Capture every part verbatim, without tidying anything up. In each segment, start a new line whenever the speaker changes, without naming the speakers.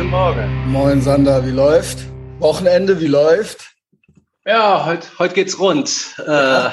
guten Morgen.
Moin Sander, wie läuft? Wochenende, wie läuft?
Ja, heute heut geht's rund. Ja. Äh,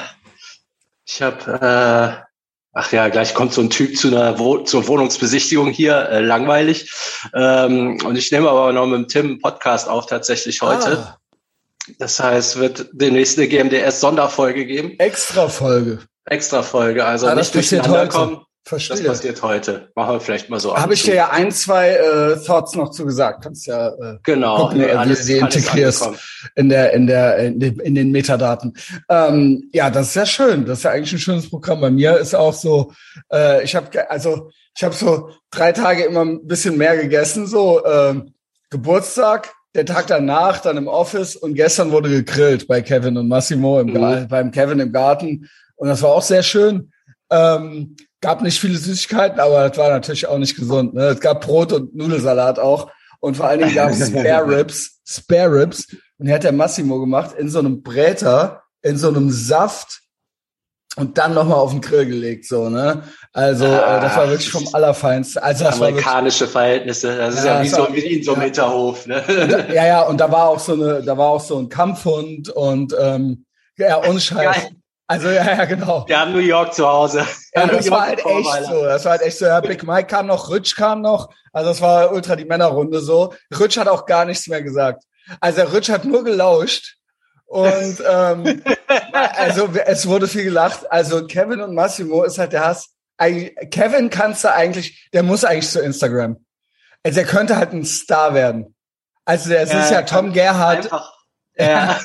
ich habe, äh, ach ja, gleich kommt so ein Typ zu einer Wo- zur Wohnungsbesichtigung hier, äh, langweilig. Ähm, und ich nehme aber noch mit dem Tim einen Podcast auf tatsächlich heute. Ah. Das heißt, wird demnächst eine G M D S-Sonderfolge geben.
Extra-Folge.
Extra-Folge, also
ah,
nicht durcheinander kommen.
Verstehe.
Das passiert heute. Machen wir vielleicht mal so.
Habe ich dir ja ein, zwei äh, Thoughts noch zu gesagt. Kannst ja äh,
genau,
gucken,
nee,
wie
alles,
du die integrierst in der in der in den, in den Metadaten. Ähm, ja, das ist ja schön. Das ist ja eigentlich ein schönes Programm. Bei mir ist auch so. Äh, ich habe also ich habe so drei Tage immer ein bisschen mehr gegessen. So äh, Geburtstag, der Tag danach dann im Office und gestern wurde gegrillt bei Kevin und Massimo im mhm. beim Kevin im Garten und das war auch sehr schön. Ähm, Gab nicht viele Süßigkeiten, aber das war natürlich auch nicht gesund. Ne? Es gab Brot und Nudelsalat auch. Und vor allen Dingen gab es Spare Ribs. Spare Ribs. Und die hat der Massimo gemacht in so einem Bräter, in so einem Saft und dann nochmal auf den Grill gelegt. So, ne? Also ah, äh, das war wirklich vom Allerfeinsten. Also, das
amerikanische
war wirklich,
Verhältnisse. Das ist ja, ja wie, so, wie in so einem ja. Hinterhof. Ne?
Da, ja, ja, und da war auch so eine, da war auch so ein Kampfhund und ähm, ja, ohne Scheiß. Geil. Also, ja, ja, genau.
Wir haben New York zu Hause.
Ja, das war halt echt so. Das war halt echt so. Ja, Big Mike kam noch, Rutsch kam noch. Also, das war ultra die Männerrunde so. Rutsch hat auch gar nichts mehr gesagt. Also, der Rutsch hat nur gelauscht. Und, ähm, also, es wurde viel gelacht. Also, Kevin und Massimo ist halt der Hass. Kevin kannst du eigentlich, der muss eigentlich zu Instagram. Also, er könnte halt ein Star werden. Also, es ja, ist ja Tom Gerhardt.
Einfach. Ja.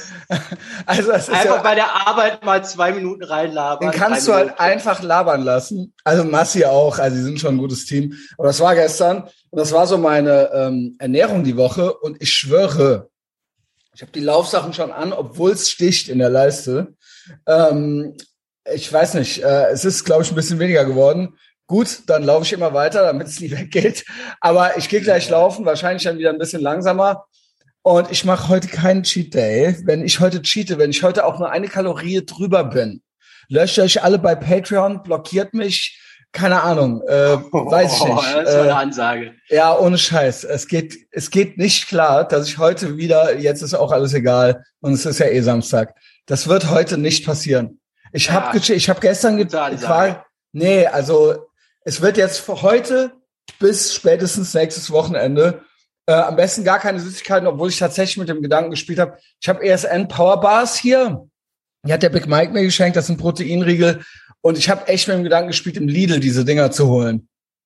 Also das ist
einfach
ja,
bei der Arbeit mal zwei Minuten reinlabern.
Den kannst du halt einfach labern lassen. Also Massi auch, also die sind schon ein gutes Team. Aber das war gestern und das war so meine ähm, Ernährung die Woche und ich schwöre, ich habe die Laufsachen schon an, obwohl es sticht in der Leiste. Ähm, ich weiß nicht, äh, es ist, glaube ich, ein bisschen weniger geworden. Gut, dann laufe ich immer weiter, damit es nie weggeht. Aber ich gehe gleich laufen, wahrscheinlich dann wieder ein bisschen langsamer. Und ich mache heute keinen Cheat Day. Wenn ich heute cheate, wenn ich heute auch nur eine Kalorie drüber bin, löscht euch alle bei Patreon, blockiert mich, keine Ahnung, äh,
oh,
weiß ich nicht.
Das ist mal eine Ansage.
Äh, ja, ohne Scheiß. Es geht, es geht nicht klar, dass ich heute wieder, jetzt ist auch alles egal und es ist ja eh Samstag. Das wird heute nicht passieren. Ich ja, habe ich hab gestern gefragt, nee, also es wird jetzt für heute bis spätestens nächstes Wochenende Äh, am besten gar keine Süßigkeiten, obwohl ich tatsächlich mit dem Gedanken gespielt habe. Ich habe E S N Powerbars hier. Die hat der Big Mike mir geschenkt. Das sind Proteinriegel. Und ich habe echt mit dem Gedanken gespielt, im Lidl diese Dinger zu holen.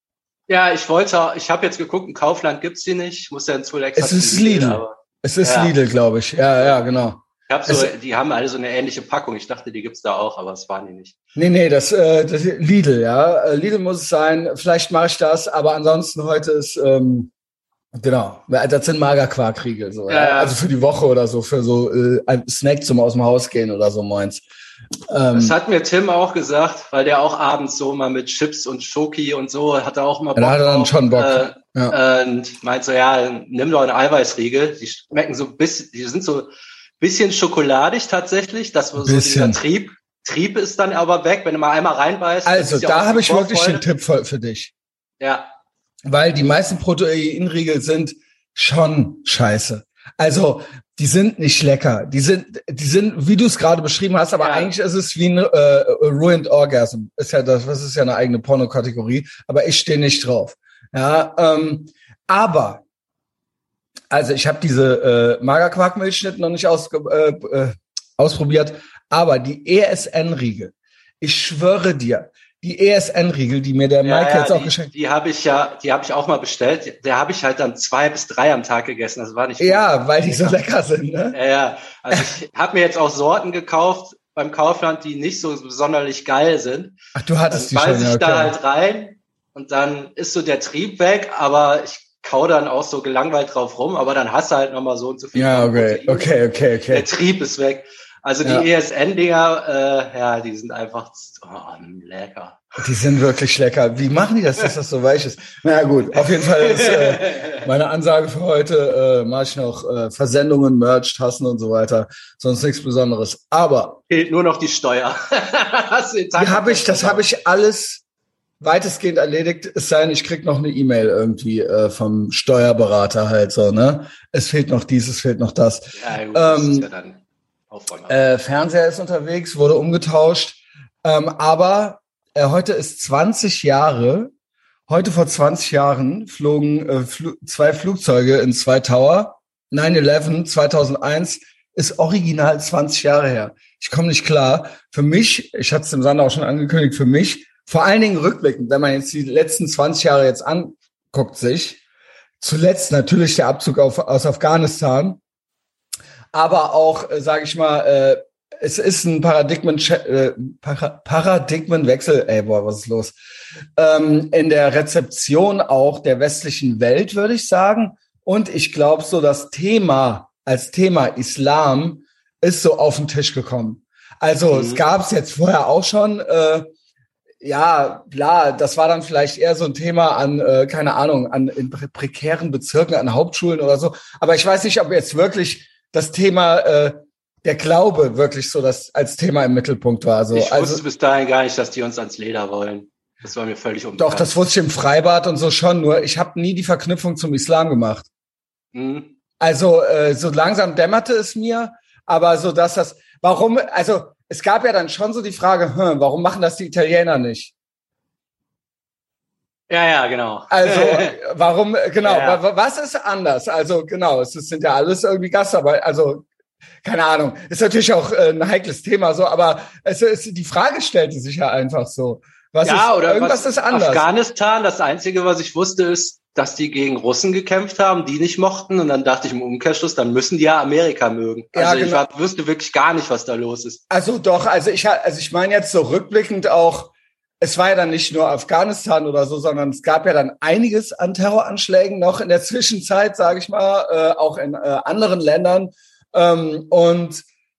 Ja, ich wollte, ich habe jetzt geguckt, in Kaufland gibt's die nicht. Ich muss ja ins Wohl extra.
Es ist Lidl. Aber, es ist ja. Lidl, glaube ich. Ja, ja, genau.
Ich hab so, es, die haben alle so eine ähnliche Packung. Ich dachte, die gibt's da auch, aber es waren die nicht.
Nee, nee, das, äh, das Lidl, ja. Lidl muss es sein. Vielleicht mache ich das, aber ansonsten heute ist ähm, genau, das sind Magerquarkriegel, so, ja, ja. Also für die Woche oder so, für so äh, ein Snack zum aus dem Haus gehen oder so moins.
Ähm, das hat mir Tim auch gesagt, weil der auch abends so mal mit Chips und Schoki und so hat er auch mal Bock.
Da hat er dann
drauf,
schon Bock.
Äh, ja. Und meint so, ja, nimm doch einen Eiweißriegel. Die schmecken so bis, die sind so bisschen schokoladig tatsächlich. Das so dieser Trieb, Trieb ist dann aber weg, wenn du mal einmal reinbeißt.
Also da ja habe ich wirklich den Tipp für, für dich.
Ja.
Weil die meisten Proteinriegel sind schon scheiße. Also die sind nicht lecker. Die sind, die sind, wie du es gerade beschrieben hast, aber ja. eigentlich ist es wie ein äh, Ruined Orgasm. Ist ja das, das ist ja eine eigene Pornokategorie. Aber ich stehe nicht drauf. Ja, ähm, aber also ich habe diese äh, Magerquarkmilchschnitte noch nicht aus, äh, äh, ausprobiert. Aber die E S N-Riegel, ich schwöre dir. Die E S N-Riegel, die mir der
ja,
Mike
ja,
jetzt auch
die,
geschenkt hat.
Die habe ich ja, die habe ich auch mal bestellt. Der habe ich halt dann zwei bis drei am Tag gegessen. Das war nicht gut.
Ja, weil die so lecker sind, ne?
Ja, ja. Also ich habe mir jetzt auch Sorten gekauft beim Kaufland, die nicht so sonderlich geil sind.
Ach, du hattest
dann
die schon,
beiß ich
ja, okay.
da halt rein und dann ist so der Trieb weg, aber ich kau dann auch so gelangweilt drauf rum, aber dann hast du halt nochmal so und so viel.
Ja, okay, okay, okay, okay.
Der Trieb ist weg. Also die ja. E S N-Dinger, äh, ja, die sind einfach oh, lecker.
Die sind wirklich lecker. Wie machen die das, dass das so weich ist? Na gut, auf jeden Fall ist äh, meine Ansage für heute, äh, mache ich noch äh, Versendungen, Merch, Tassen und so weiter. Sonst nichts Besonderes. Aber
fehlt nur noch die Steuer.
die habe ich, das habe ich alles weitestgehend erledigt, es sei denn, ich krieg noch eine E-Mail irgendwie äh, vom Steuerberater halt so, ne? Es fehlt noch dies, es fehlt noch das.
Ja, gut, das
ähm,
ist ja dann Aufräumen.
Äh, Fernseher ist unterwegs, wurde umgetauscht. Ähm, aber äh, heute ist zwanzig Jahre. Heute vor zwanzig Jahren flogen äh, Fl- zwei Flugzeuge in zwei Tower. nine eleven zweitausendeins ist original zwanzig Jahre her. Ich komme nicht klar. Für mich, ich hatte es dem Sander auch schon angekündigt, für mich, vor allen Dingen rückblickend, wenn man jetzt die letzten zwanzig Jahre jetzt anguckt sich, zuletzt natürlich der Abzug auf, aus Afghanistan, aber auch, äh, sage ich mal, äh, es ist ein Paradigmen äh, Para- Paradigmenwechsel, ey, boah, was ist los? Ähm, in der Rezeption auch der westlichen Welt, würde ich sagen. Und ich glaube, so das Thema als Thema Islam ist so auf den Tisch gekommen. Also mhm. es gab es jetzt vorher auch schon, äh, ja, klar, das war dann vielleicht eher so ein Thema an, äh, keine Ahnung, an in pre- prekären Bezirken, an Hauptschulen oder so. Aber ich weiß nicht, ob jetzt wirklich das Thema äh, der Glaube wirklich so das als Thema im Mittelpunkt war. So,
ich wusste
also,
bis dahin gar nicht, dass die uns ans Leder wollen. Das war mir völlig unbekannt.
Doch, das wusste ich im Freibad und so schon, nur ich habe nie die Verknüpfung zum Islam gemacht. Mhm. Also äh, so langsam dämmerte es mir, aber so, dass das, warum, also es gab ja dann schon so die Frage, hm, warum machen das die Italiener nicht?
Ja, ja, genau.
Also, warum, genau,
ja, ja.
was ist anders? Also, genau, es sind ja alles irgendwie Gastarbeiter, also, keine Ahnung, ist natürlich auch äh, ein heikles Thema, so, aber es ist, die Frage stellte sich ja einfach so. Was
ja,
ist,
oder
irgendwas
was,
ist anders.
Afghanistan, das Einzige, was ich wusste, ist, dass die gegen Russen gekämpft haben, die nicht mochten. Und dann dachte ich im Umkehrschluss, dann müssen die ja Amerika mögen. Also ja, genau. ich war, wüsste wirklich gar nicht, was da los ist.
Also doch, also ich, also ich meine jetzt so rückblickend auch, es war ja dann nicht nur Afghanistan oder so, sondern es gab ja dann einiges an Terroranschlägen noch in der Zwischenzeit, sage ich mal, äh, auch in äh, anderen Ländern. Ähm, und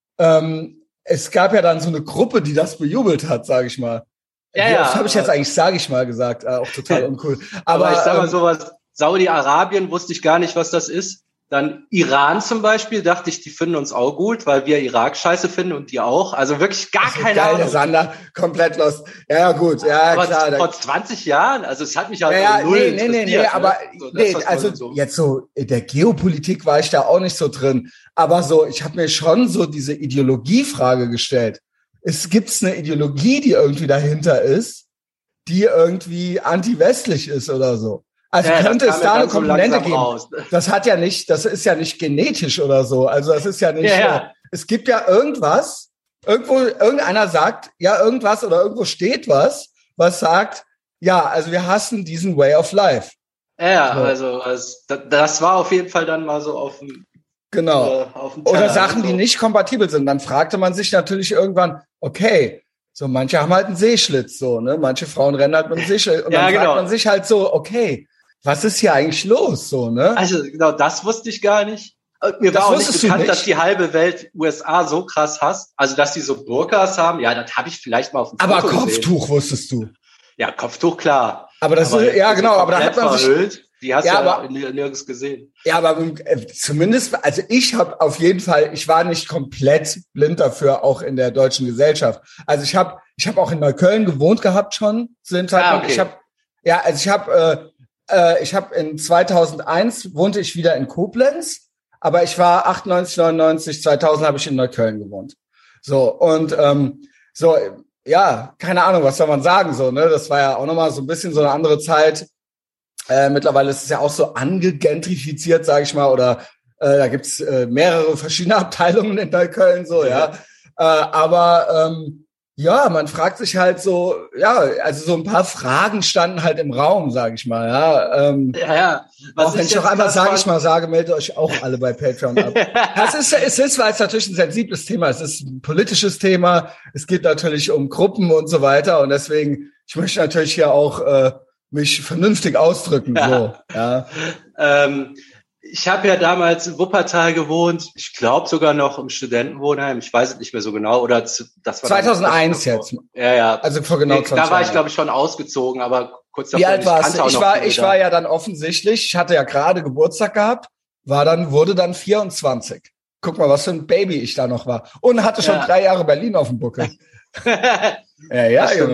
ähm, es gab ja dann so eine Gruppe, die das bejubelt hat, sage ich mal.
Ja,
Wie
ja.
oft habe ich jetzt eigentlich, sage ich mal, gesagt, äh, auch total uncool.
Aber, aber ich sag mal
ähm,
sowas, Saudi-Arabien wusste ich gar nicht, was das ist. Dann Iran zum Beispiel, dachte ich, die finden uns auch gut, weil wir Irak scheiße finden und die auch. Also wirklich gar also keine
geil,
Ahnung.
Der Sander, komplett lost. Ja, ja gut, ja,
aber
klar.
Vor zwanzig Jahren, also es hat mich halt
ja,
null
nee, nee, nee, nee,
ne?
aber
so,
nee, also so. Jetzt so, in der Geopolitik war ich da auch nicht so drin. Aber so, ich habe mir schon so diese Ideologiefrage gestellt. Es gibt's eine Ideologie, die irgendwie dahinter ist, die irgendwie anti-westlich ist oder so. Also ja, könnte es da eine Komponente so geben. Raus. Das hat ja nicht, das ist ja nicht genetisch oder so. Also das ist ja nicht, ja, ja. Äh, es gibt ja irgendwas, irgendwo, irgendeiner sagt, ja, irgendwas oder irgendwo steht was, was sagt, ja, also wir hassen diesen Way of Life.
Ja, so. also, also das war auf jeden Fall dann mal so auf dem
Genau. Äh, auf dem oder Sachen, so. Die nicht kompatibel sind. Dann fragte man sich natürlich irgendwann, okay, so manche haben halt einen Seeschlitz, so, ne? Manche Frauen rennen halt mit dem Seeschlitz. Und ja, dann genau. fragt man sich halt so, okay, was ist hier eigentlich los, so, ne?
Also, genau, das wusste ich gar nicht. Mir das war auch nicht bekannt, nicht? dass die halbe Welt U S A so krass hasst. Also, dass die so Burkas haben, ja, das habe ich vielleicht mal auf dem
Aber
Foto
Kopftuch
gesehen.
wusstest du.
Ja, Kopftuch, klar.
Aber das aber ist, ja, genau, aber da hat man
verhüllt.
sich...
Die hast
ja,
du
aber,
ja nirgends gesehen.
Ja, aber äh, zumindest, also ich habe auf jeden Fall, ich war nicht komplett blind dafür, auch in der deutschen Gesellschaft. Also ich habe ich habe auch in Neukölln gewohnt gehabt schon zu dem Zeitpunkt. Ah, okay. Ich habe ja, also ich habe äh, äh, ich habe in zweitausendeins wohnte ich wieder in Koblenz, aber ich war achtundneunzig, neunundneunzig, zweitausend habe ich in Neukölln gewohnt. So und ähm, so ja, keine Ahnung, was soll man sagen so, ne? Das war ja auch nochmal so ein bisschen so eine andere Zeit. Äh, mittlerweile ist es ja auch so angegentrifiziert, sage ich mal, oder äh, da gibt's äh, mehrere verschiedene Abteilungen in Neukölln, so, ja. Äh, aber ähm, ja, man fragt sich halt so, ja, also so ein paar Fragen standen halt im Raum, sage ich mal, ja. Ähm,
ja, ja. Was
auch wenn ich noch einmal, sage ich mal, sage, meldet euch auch alle bei Patreon ab. Das ist, es ist, weil es natürlich ein sensibles Thema ist. Es ist ein politisches Thema. Es geht natürlich um Gruppen und so weiter. Und deswegen, ich möchte natürlich hier auch äh, mich vernünftig ausdrücken. Ja. So, ja.
Ähm, ich habe ja damals in Wuppertal gewohnt. Ich glaube sogar noch im Studentenwohnheim. Ich weiß es nicht mehr so genau. Oder zu, das war
zweitauseneins jetzt.
Ja, ja.
Also vor genau zwanzig Jahren.
Da war ich, glaube ich, schon ausgezogen, aber kurz davor.
Wie alt warst du? Ich war, ich war ja dann offensichtlich, ich hatte ja gerade Geburtstag gehabt, war dann, wurde dann vierundzwanzig. Guck mal, was für ein Baby ich da noch war. Und hatte schon ja. drei Jahre Berlin auf dem Buckel. ja, ja, Junge.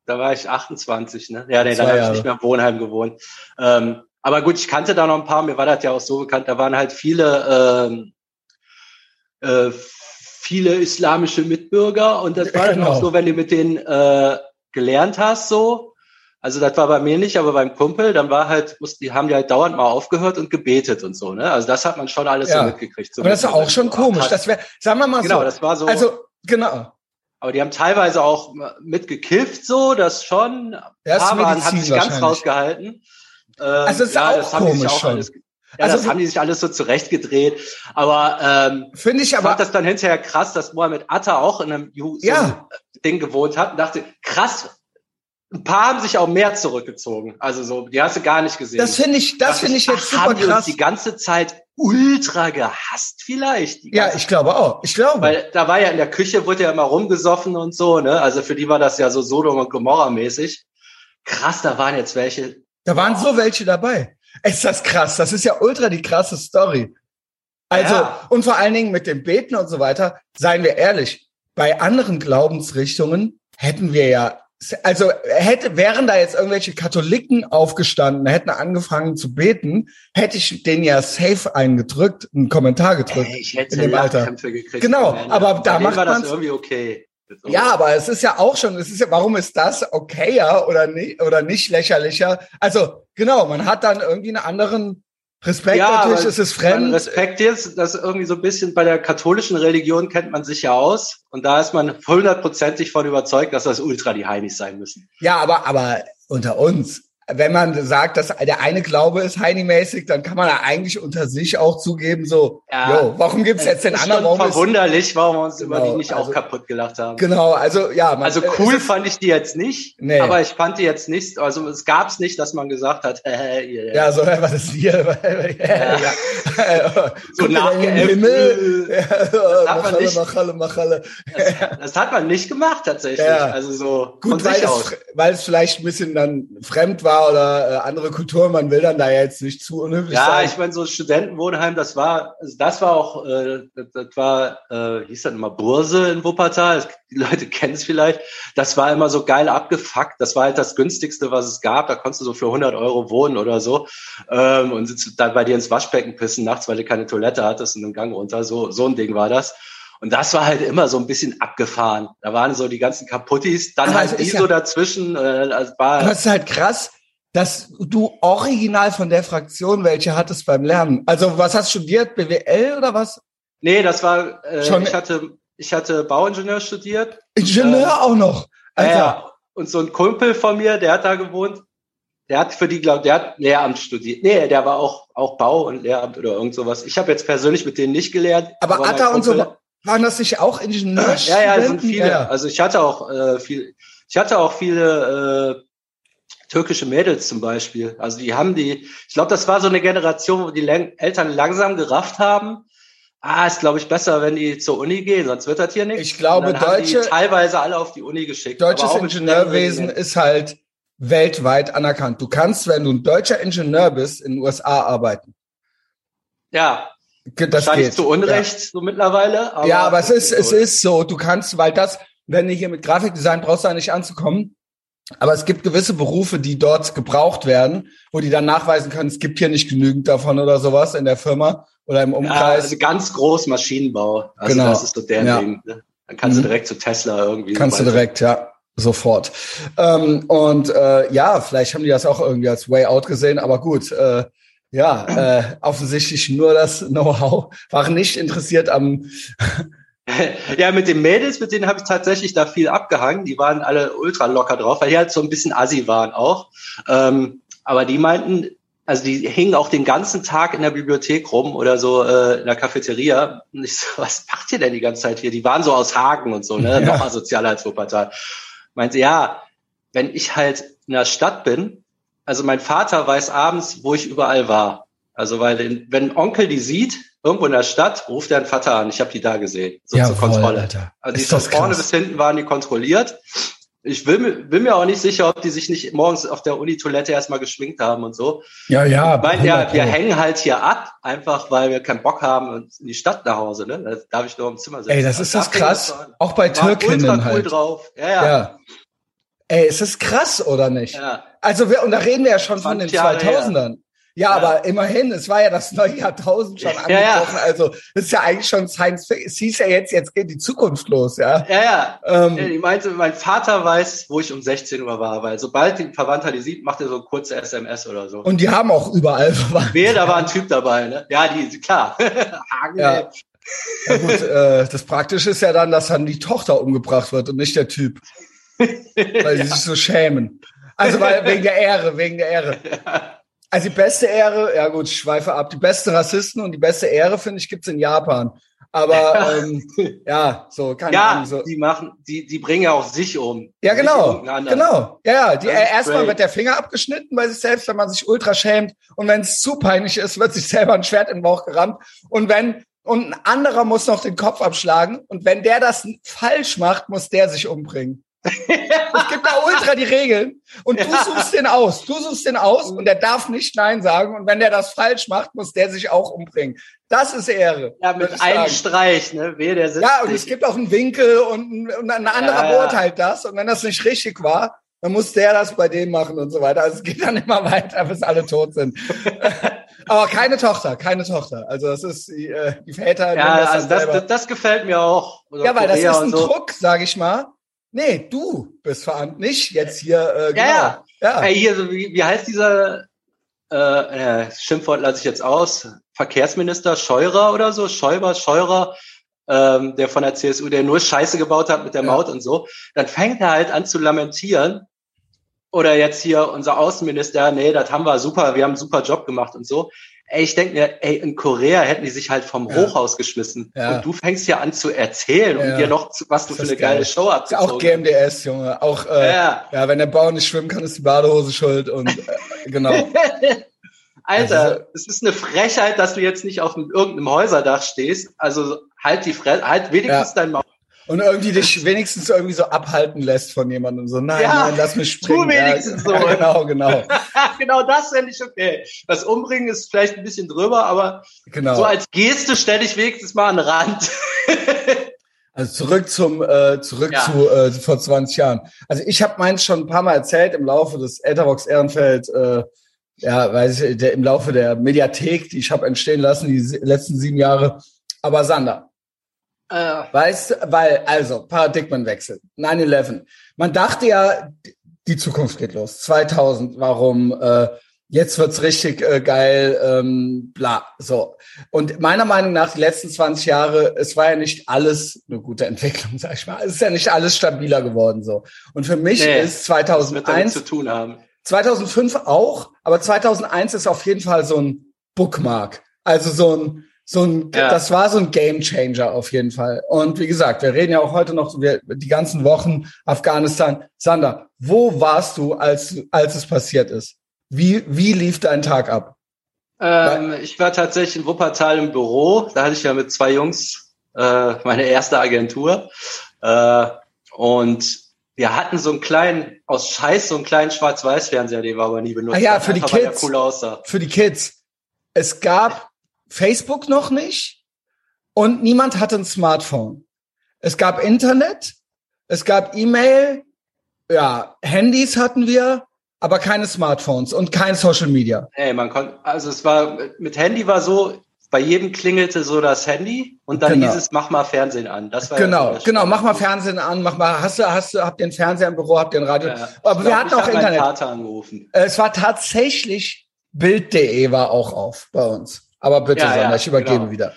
da war ich achtundzwanzig, ne? Ja, nee,
Zwei
dann habe ich
Jahre.
nicht mehr im Wohnheim gewohnt. Ähm, aber gut, ich kannte da noch ein paar, mir war das ja auch so bekannt, da waren halt viele, ähm, äh, viele islamische Mitbürger und das war dann
Genau.
auch so, wenn du mit denen äh, gelernt hast, so. Also das war bei mir nicht, aber beim Kumpel, dann war halt, mussten, die haben die halt dauernd mal aufgehört und gebetet und so, ne? Also das hat man schon alles
Ja.
so mitgekriegt. So
Aber das ist auch schon komisch. Das wäre, sagen wir mal
genau,
so.
das war so.
Also, genau.
Aber die haben teilweise auch mitgekifft, so, das schon.
Das ist
Ein paar waren, haben
Medizin
sich ganz
wahrscheinlich.
rausgehalten. Ähm,
Also das ist
ja,
auch
das haben die sich
komisch
auch
schon.
alles, ja,
Also
das
du-
haben die sich alles so zurechtgedreht. Aber ähm,
Finde ich
ich
aber,
fand das dann hinterher krass, dass Mohammed Atta auch in einem Ju- so
Ja.
einem Ding gewohnt hat und dachte, krass, ein paar haben sich auch mehr zurückgezogen. Also so, die hast du gar nicht gesehen.
das finde ich, das
Dachte
finde ich jetzt
ach,
super
haben die uns
krass.
die ganze Zeit ultra gehasst vielleicht? Die
Ja,
ganze
ich glaube auch. Ich glaube.
Weil da war ja in der Küche, wurde ja immer rumgesoffen und so, ne? Also für die war das ja so Sodom und Gomorra mäßig. Krass, da waren jetzt welche.
Da waren so welche dabei. Ist das krass? Das ist ja ultra die krasse Story. Also,
Ja.
und vor allen Dingen mit dem Beten und so weiter, seien wir ehrlich, bei anderen Glaubensrichtungen hätten wir ja, also hätte, wären da jetzt irgendwelche Katholiken aufgestanden, hätten angefangen zu beten, hätte ich denen ja safe eingedrückt, einen Kommentar gedrückt.
Ey, ich hätte
in dem Alter.
Lachkrämpfe gekriegt.
Genau,
Mann.
aber
Bei
da
denen
macht
war das
man's-
irgendwie okay. So.
Ja, aber es ist ja auch schon, es ist ja, warum ist das okayer oder nicht, oder nicht lächerlicher? Also, genau, man hat dann irgendwie einen anderen Respekt,
Ja,
natürlich
aber
ist es
mein
fremd.
Respekt ist, dass irgendwie so ein bisschen bei der katholischen Religion kennt man sich ja aus. Und da ist man hundertprozentig von überzeugt, dass das ultra die Heinis sein müssen.
Ja, aber, aber unter uns, wenn man sagt, dass der eine Glaube ist Heini-mäßig, dann kann man ja eigentlich unter sich auch zugeben, so,
Ja,
jo, warum gibt's jetzt den
ist
anderen?
schon
Warum ist,
verwunderlich, warum wir uns über
Genau,
die nicht
also-
auch kaputt gelacht haben.
genau, also, ja. Man,
Also
äh,
cool
es ist-
fand ich die jetzt nicht,
Nee.
aber ich fand die jetzt nicht, also es gab's nicht, dass man gesagt hat, äh, ihr-
Ja, so, äh, was ist hier? ja. ja.
So
Guck mal in den
nachgeäfft.
Himmel. Ja, so,
hat man
Machalle,
nicht.
Machalle, Machalle.
das, das hat man nicht gemacht tatsächlich,
Ja.
also so
Gut,
von
weil
sich
es,
aus.
fr- weil es vielleicht ein bisschen dann fremd war oder äh, andere Kultur, man will dann da jetzt nicht zu unhöflich
Ja,
sein.
ich meine, so Studentenwohnheim, das war, also das war auch, äh, das, das war, äh, hieß das immer Burse in Wuppertal, das, die Leute kennen es vielleicht, das war immer so geil abgefuckt, das war halt das günstigste, was es gab, da konntest du so für hundert Euro wohnen oder so ähm, und sitzt dann bei dir ins Waschbecken pissen nachts, weil du keine Toilette hattest und einen Gang runter, so, so ein Ding war das. Und das war halt immer so ein bisschen abgefahren. Da waren so die ganzen Kaputtis, dann
Aber es
halt die
ist ja-
so dazwischen, äh, also war,
Aber es ist halt krass, dass du original von der Fraktion welche hattest beim Lernen. Also was hast du studiert? B W L oder was?
nee, das war, äh,
Schon-
ich hatte, ich hatte Bauingenieur studiert.
Ingenieur
Äh,
auch noch. Alter.
Ja, ja. Und so ein Kumpel von mir, der hat da gewohnt, der hat für die, glaub, der hat Lehramt studiert. Nee, der war auch, auch Bau und Lehramt oder irgend sowas. Ich habe jetzt persönlich mit denen nicht gelernt.
Aber
mein
Atta und so,
Kumpel-
waren das nicht auch Ingenieurstudenten?
Ja, ja, es sind viele.
Ja, ja.
Also ich hatte auch äh, viel, ich hatte auch viele äh, türkische Mädels zum Beispiel. Also die haben die, ich glaube, das war so eine Generation, wo die Läng- Eltern langsam gerafft haben. Ah, ist glaube ich besser, wenn die zur Uni gehen, sonst wird das hier nichts.
Ich glaube,
Und dann haben
deutsche-
die teilweise alle auf die Uni geschickt.
Deutsches
aber auch mit
Ingenieurwesen
Studentenregiment.
ist halt weltweit anerkannt. Du kannst, wenn du ein deutscher Ingenieur bist, in den U S A arbeiten.
Ja,
Das
wahrscheinlich
geht.
zu Unrecht so mittlerweile.
Ja, ja, aber es ist, es
so.
ist so. Du kannst, weil das, wenn du hier mit Grafikdesign brauchst du da nicht anzukommen. Aber es gibt gewisse Berufe, die dort gebraucht werden, wo die dann nachweisen können, es gibt hier nicht genügend davon oder sowas in der Firma oder im
Ja,
Umkreis.
also ganz groß Maschinenbau. Also
Genau.
das ist so der
Ja.
Ding. Ne? Dann kannst
Mhm.
du direkt zu Tesla irgendwie.
Kannst du
weiter.
direkt, ja, sofort. Ähm, und äh, ja, vielleicht haben die das auch irgendwie als Way Out gesehen, aber gut, äh, ja, äh, offensichtlich nur das Know-how, waren nicht interessiert am,
Ja, mit den Mädels, mit denen habe ich tatsächlich da viel abgehangen. Die waren alle ultra locker drauf, weil die halt so ein bisschen assi waren auch. Ähm, aber die meinten, also die hingen auch den ganzen Tag in der Bibliothek rum oder so äh, in der Cafeteria. Und ich so, was macht ihr denn die ganze Zeit hier? Die waren so aus Hagen und so, ne?
Ja.
Noch asozialer als Wuppertal. Meinte, ja, wenn ich halt in der Stadt bin, also mein Vater weiß abends, wo ich überall war. Also weil den, wenn Onkel die sieht, irgendwo in der Stadt, ruft er den Vater an, ich habe die da gesehen. So zur Kontrolle.
Alter.
Also die
Ist
von
das
vorne
krass.
bis hinten waren die kontrolliert. Ich will, mir- bin mir auch nicht sicher, ob die sich nicht morgens auf der Uni-Toilette erstmal geschminkt haben und so.
Ja, ja.
Ich meine, ja,
hundert
wir
Pro.
hängen halt hier ab, einfach weil wir keinen Bock haben und in die Stadt nach Hause. Ne? Da darf ich nur im Zimmer sitzen.
Ey, das ist das
Dafür
krass.
ist-
Auch bei
die waren ultra
Türkinnen
cool
halt.
drauf. Ja, ja.
Ja. Ey, ist das krass, oder nicht?
Ja.
Also wir, und da reden wir ja schon von den zweitausendern. Ja, ja, aber immerhin, es war ja das neue Jahrtausend schon angebrochen. Ja, ja. Also das ist ja eigentlich schon Science Fiction. Es hieß ja jetzt, jetzt geht die Zukunft los, ja.
Ja, ja. Ähm, ich meinte, mein Vater weiß, wo ich um sechzehn Uhr war, weil sobald die Verwandter die sieht, macht er so eine kurze S M S oder so.
Und die haben auch überall Verwandte.
Wehe, da war ein Typ dabei, ne? Ja, die, klar. Hagen,
ja. Ja gut, äh, das Praktische ist ja dann, dass dann die Tochter umgebracht wird und nicht der Typ. Weil sie ja. sich so schämen. Also weil wegen der Ehre, wegen der Ehre. Ja. Also die beste Ehre, ja gut, ich schweife ab, die beste Rassisten und die beste Ehre, finde ich, gibt's in Japan. Aber ja, ähm, ja so keine
ja,
Ahnung. So.
Die machen, die, die bringen ja auch sich um.
Ja, genau. Genau. Ja, ja. Die, äh, erstmal wird der Finger abgeschnitten bei sich selbst, wenn man sich ultra schämt. Und wenn es zu peinlich ist, wird sich selber ein Schwert in den Bauch gerammt. Und wenn, und ein anderer muss noch den Kopf abschlagen. Und wenn der das falsch macht, muss der sich umbringen. Es gibt da ultra die Regeln und du ja. suchst den aus, du suchst den aus und der darf nicht Nein sagen und wenn der das falsch macht, muss der sich auch umbringen. Das ist Ehre.
Ja, mit einem Streich, ne? Wer der sitzt.
Ja, und nicht. Es gibt auch einen Winkel und, und ein anderer ja, ja. beurteilt das und wenn das nicht richtig war, dann muss der das bei dem machen und so weiter. Also es geht dann immer weiter, bis alle tot sind. Aber keine Tochter, keine Tochter. Also das ist die, äh, die Väter.
Ja, das also das, das, das gefällt mir auch.
Oder ja, weil Korea das ist ein so. Druck, sag ich mal. Nee, du bist verantwortlich, nicht jetzt hier, äh, genau.
Ja, ja. Hey, hier, so wie, wie heißt dieser, äh, äh, Schimpfwort lasse ich jetzt aus, Verkehrsminister Scheurer oder so, Scheuber, Scheurer, ähm, der von der C S U, der nur Scheiße gebaut hat mit der ja. Maut und so, dann fängt er halt an zu lamentieren. Oder jetzt hier unser Außenminister, nee, das haben wir super, wir haben einen super Job gemacht und so. Ey, ich denke mir, ey, in Korea hätten die sich halt vom ja. Hochhaus geschmissen. Ja. Und du fängst ja an zu erzählen ja. und dir noch, was du für eine geile Show abgezogen hast.
Auch G M D S, Junge. Auch, äh, ja. ja, wenn der Bauer nicht schwimmen kann, ist die Badehose schuld und, äh, genau.
Alter, also, es ist eine Frechheit, dass du jetzt nicht auf irgendeinem Häuserdach stehst. Also, halt die Fresse, halt wenigstens ja. dein Maul.
Und irgendwie dich wenigstens irgendwie so abhalten lässt von jemandem. So, nein, ja, nein, lass mich springen.
Tu wenigstens ja, so.
Ja, genau, genau.
Genau das fände ich okay. Das Umbringen ist vielleicht ein bisschen drüber, aber genau. so als Geste stelle ich wenigstens mal an den Rand.
Also zurück zum, äh, zurück ja. zu äh, vor zwanzig Jahren. Also ich habe meins schon ein paar Mal erzählt im Laufe des Etherbox Ehrenfeld, äh, ja, weiß ich, der, im Laufe der Mediathek, die ich habe entstehen lassen, die letzten sieben Jahre. Aber Sander, Uh. Weißt, weil, also, Paradigmenwechsel, nine eleven. Man dachte ja, die Zukunft geht los. zweitausend, warum, äh, jetzt wird's richtig äh, geil, ähm, bla, so. Und meiner Meinung nach, die letzten zwanzig Jahre, es war ja nicht alles eine gute Entwicklung, sag ich mal. Es ist ja nicht alles stabiler geworden, so. Und für mich nee, ist zweitausendeins,
das wird damit zu tun haben.
zweitausendfünf auch, aber zweitausendeins ist auf jeden Fall so ein Bookmark. Also so ein, So ein, ja. das war so ein Gamechanger auf jeden Fall. Und wie gesagt, wir reden ja auch heute noch wir, die ganzen Wochen Afghanistan. Sander, wo warst du, als, als es passiert ist? Wie, wie lief dein Tag ab?
Ähm, ich war tatsächlich in Wuppertal im Büro. Da hatte ich ja mit zwei Jungs äh, meine erste Agentur. Äh, und wir hatten so einen kleinen, aus Scheiß, so einen kleinen Schwarz-Weiß-Fernseher, den wir aber nie benutzt haben.
Ah ja, für die
Einfach,
Kids.
Cool aussah.
Für die Kids. Es gab Facebook noch nicht und niemand hatte ein Smartphone. Es gab Internet, es gab E-Mail, ja, Handys hatten wir, aber keine Smartphones und kein Social Media.
Ey, man konnte, also es war, mit Handy war so, bei jedem klingelte so das Handy und dann genau. hieß es, mach mal Fernsehen an. Das war
genau,
ja so
genau, mach mal Fernsehen an, mach mal, hast du, hast du, habt ihr einen Fernseher im Büro, habt ihr ein Radio? Ja, aber wir glaub, hatten auch Internet.
Vater angerufen.
Es war tatsächlich, Bild punkt de war auch auf bei uns. Aber bitte, ja, Sander, ja, ich übergebe genau. wieder.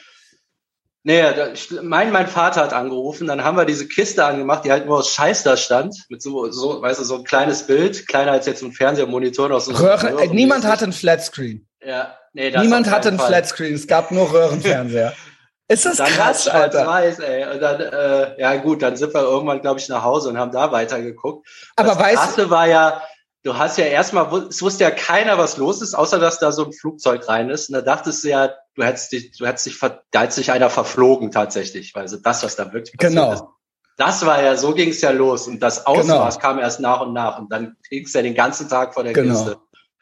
Nee, ich mein, mein Vater hat angerufen, dann haben wir diese Kiste angemacht, die halt nur aus Scheiß da stand, mit so, so, weißt du, so ein kleines Bild, kleiner als jetzt ein Fernsehermonitor. Noch so
Röhren, so äh, niemand hatte einen Flatscreen.
Ja, nee, das
Niemand hatte einen Fall. Flatscreen, es gab nur Röhrenfernseher. Ist das
dann
krass,
halt
Alter?
Weiß, ey. Und dann, äh, ja gut, dann sind wir irgendwann, glaube ich, nach Hause und haben da weitergeguckt.
Aber
das
weißt
Krasse war ja, du hast ja erstmal, es wusste ja keiner, was los ist, außer dass da so ein Flugzeug rein ist. Und da dachtest du ja, du hättest dich, du hättest dich, da hättest dich einer verflogen tatsächlich, weil so das, was da wirklich passiert
genau.
ist. Das war ja, so ging es ja los. Und das Ausmaß genau. kam erst nach und nach. Und dann kriegst du ja den ganzen Tag vor der
genau.
Kiste.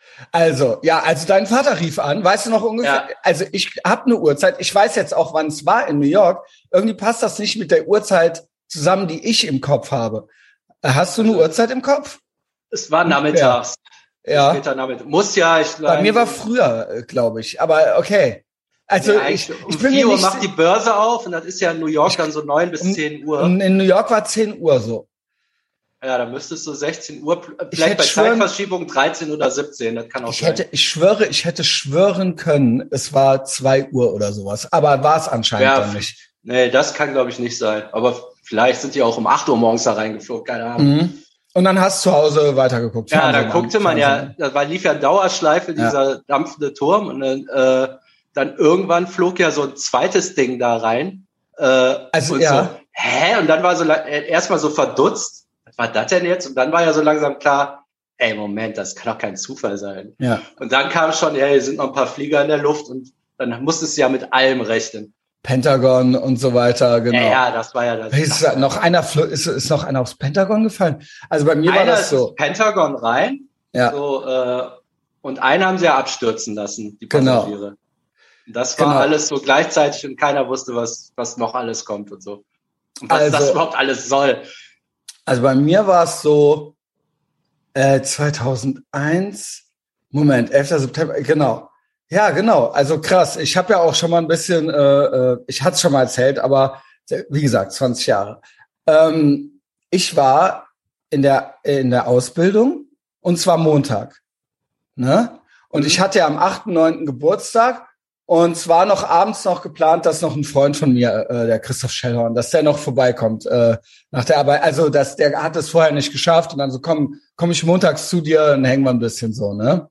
Also, ja, also dein Vater rief an, weißt du noch ungefähr, ja. also ich habe eine Uhrzeit, ich weiß jetzt auch, wann es war in New York. Irgendwie passt das nicht mit der Uhrzeit zusammen, die ich im Kopf habe. Hast du eine Uhrzeit im Kopf?
Es war nachmittags.
Ja.
Später Nachmittag. Muss ja, ich
Bei mir war früher, glaube ich. Aber okay. Also
ja,
ich,
um
ich bin
vier
mir
Uhr
nicht
macht die Börse auf und das ist ja in New York ich, dann so neun bis zehn Uhr.
Und in New York war zehn Uhr so.
Ja, dann müsste es so sechzehn Uhr, vielleicht bei schwören, Zeitverschiebung dreizehn oder siebzehn, das kann auch
ich
sein.
Hätte, ich schwöre, ich hätte schwören können, es war zwei Uhr oder sowas. Aber war es anscheinend
ja,
dann nicht.
Nee, das kann, glaube ich, nicht sein. Aber vielleicht sind die auch um acht Uhr morgens da reingeflogen, keine Ahnung. Mhm.
Und dann hast du zu Hause weitergeguckt.
Ja, da guckte man ja, da war, lief ja Dauerschleife, dieser ja. dampfende Turm. Und dann, äh, dann irgendwann flog ja so ein zweites Ding da rein. Äh,
also,
und
ja.
so, hä? Und dann war so erstmal so verdutzt. Was war das denn jetzt? Und dann war ja so langsam klar, ey, Moment, das kann doch kein Zufall sein.
Ja.
Und dann kam schon, ja, hier sind noch ein paar Flieger in der Luft und dann musstest du ja mit allem rechnen.
Pentagon und so weiter, genau.
Ja, ja, das war ja das.
Ist das noch einer ist, ist noch einer aufs Pentagon gefallen? Also bei mir
einer
war das so.
Ist ins Pentagon rein.
Ja.
So, äh, und einen haben sie ja abstürzen lassen, die Passagiere.
Genau.
Das war
genau.
alles so gleichzeitig und keiner wusste, was was noch alles kommt und so. Und was
also,
das überhaupt alles soll.
Also bei mir war es so äh, zweitausendeins. Moment, elfter September, genau. Ja, genau. Also krass. Ich habe ja auch schon mal ein bisschen, äh, ich hatte es schon mal erzählt, aber wie gesagt, zwanzig Jahre. Ähm, ich war in der in der Ausbildung und zwar Montag, ne? Und mhm. ich hatte ja am achten neunten Geburtstag und es war noch abends noch geplant, dass noch ein Freund von mir, äh, der Christoph Schellhorn, dass der noch vorbeikommt äh, nach der Arbeit. Also dass der hat es vorher nicht geschafft und dann so komm, komm ich montags zu dir, dann hängen wir ein bisschen so, ne?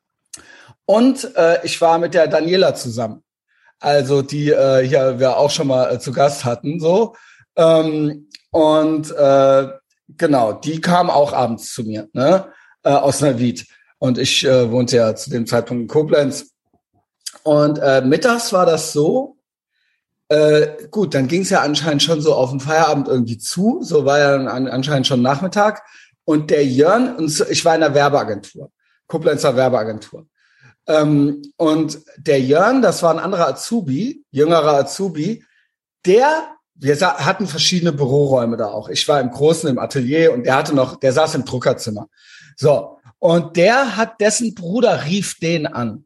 Und äh, ich war mit der Daniela zusammen, also die äh, hier wir auch schon mal äh, zu Gast hatten, so ähm, und äh, genau, die kam auch abends zu mir, ne, äh, aus Neuwied und ich äh, wohnte ja zu dem Zeitpunkt in Koblenz und äh, mittags war das so, äh, gut, dann ging es ja anscheinend schon so auf den Feierabend irgendwie zu, so war ja an, anscheinend schon Nachmittag und der Jörn und ich war in der Werbeagentur, Koblenzer Werbeagentur. Ähm, und der Jörn, das war ein anderer Azubi, jüngerer Azubi, der, wir hatten verschiedene Büroräume da auch. Ich war im Großen im Atelier und der hatte noch, der saß im Druckerzimmer. So. Und der hat, dessen Bruder rief den an.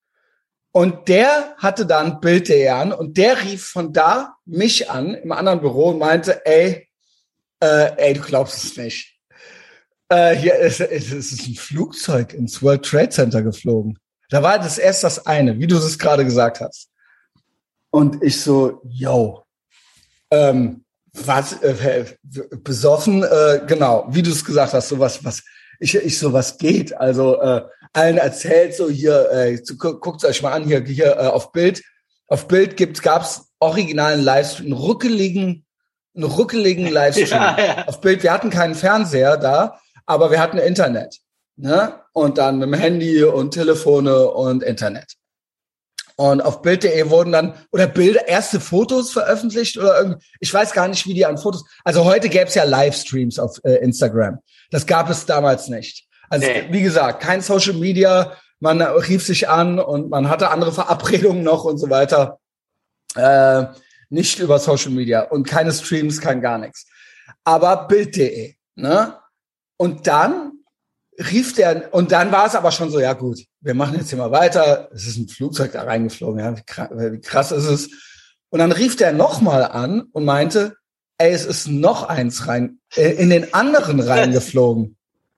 Und der hatte dann Bild punkt de an und der rief von da mich an im anderen Büro und meinte, ey, äh, ey, du glaubst es nicht. Äh, hier ist, es ist ein Flugzeug ins World Trade Center geflogen. Da war das erst das eine, wie du es gerade gesagt hast. Und ich so, yo, ähm, was, äh, besoffen, äh, genau, wie du es gesagt hast, sowas, was, ich, ich so, was geht? Also, äh, allen erzählt so hier, äh, guckt euch mal an, hier, hier, äh, auf Bild, auf Bild gibt's, gab's originalen Livestream, einen ruckeligen, einen ruckeligen Livestream. Ja, ja. Auf Bild, wir hatten keinen Fernseher da, aber wir hatten Internet. Ne? Und dann mit dem Handy und Telefone und Internet. Und auf Bild punkt de wurden dann, oder Bilder, erste Fotos veröffentlicht oder irgendwie, ich weiß gar nicht, wie die an Fotos, also heute gäbe es ja Livestreams auf äh, Instagram. Das gab es damals nicht. Also nee. Wie gesagt, kein Social Media, man rief sich an und man hatte andere Verabredungen noch und so weiter. Äh, nicht über Social Media und keine Streams, kein gar nichts. Aber Bild punkt de, ne? Und dann rief der, und dann war es aber schon so, ja gut, wir machen jetzt hier mal weiter, es ist ein Flugzeug da reingeflogen, ja, wie krass, wie krass ist es? Und dann rief der nochmal an und meinte, ey, es ist noch eins rein, äh, in den anderen reingeflogen.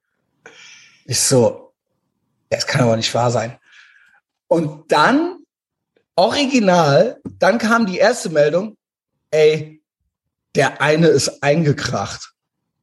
Ich so, das kann aber nicht wahr sein. Und dann, original, dann kam die erste Meldung, ey, der eine ist eingekracht.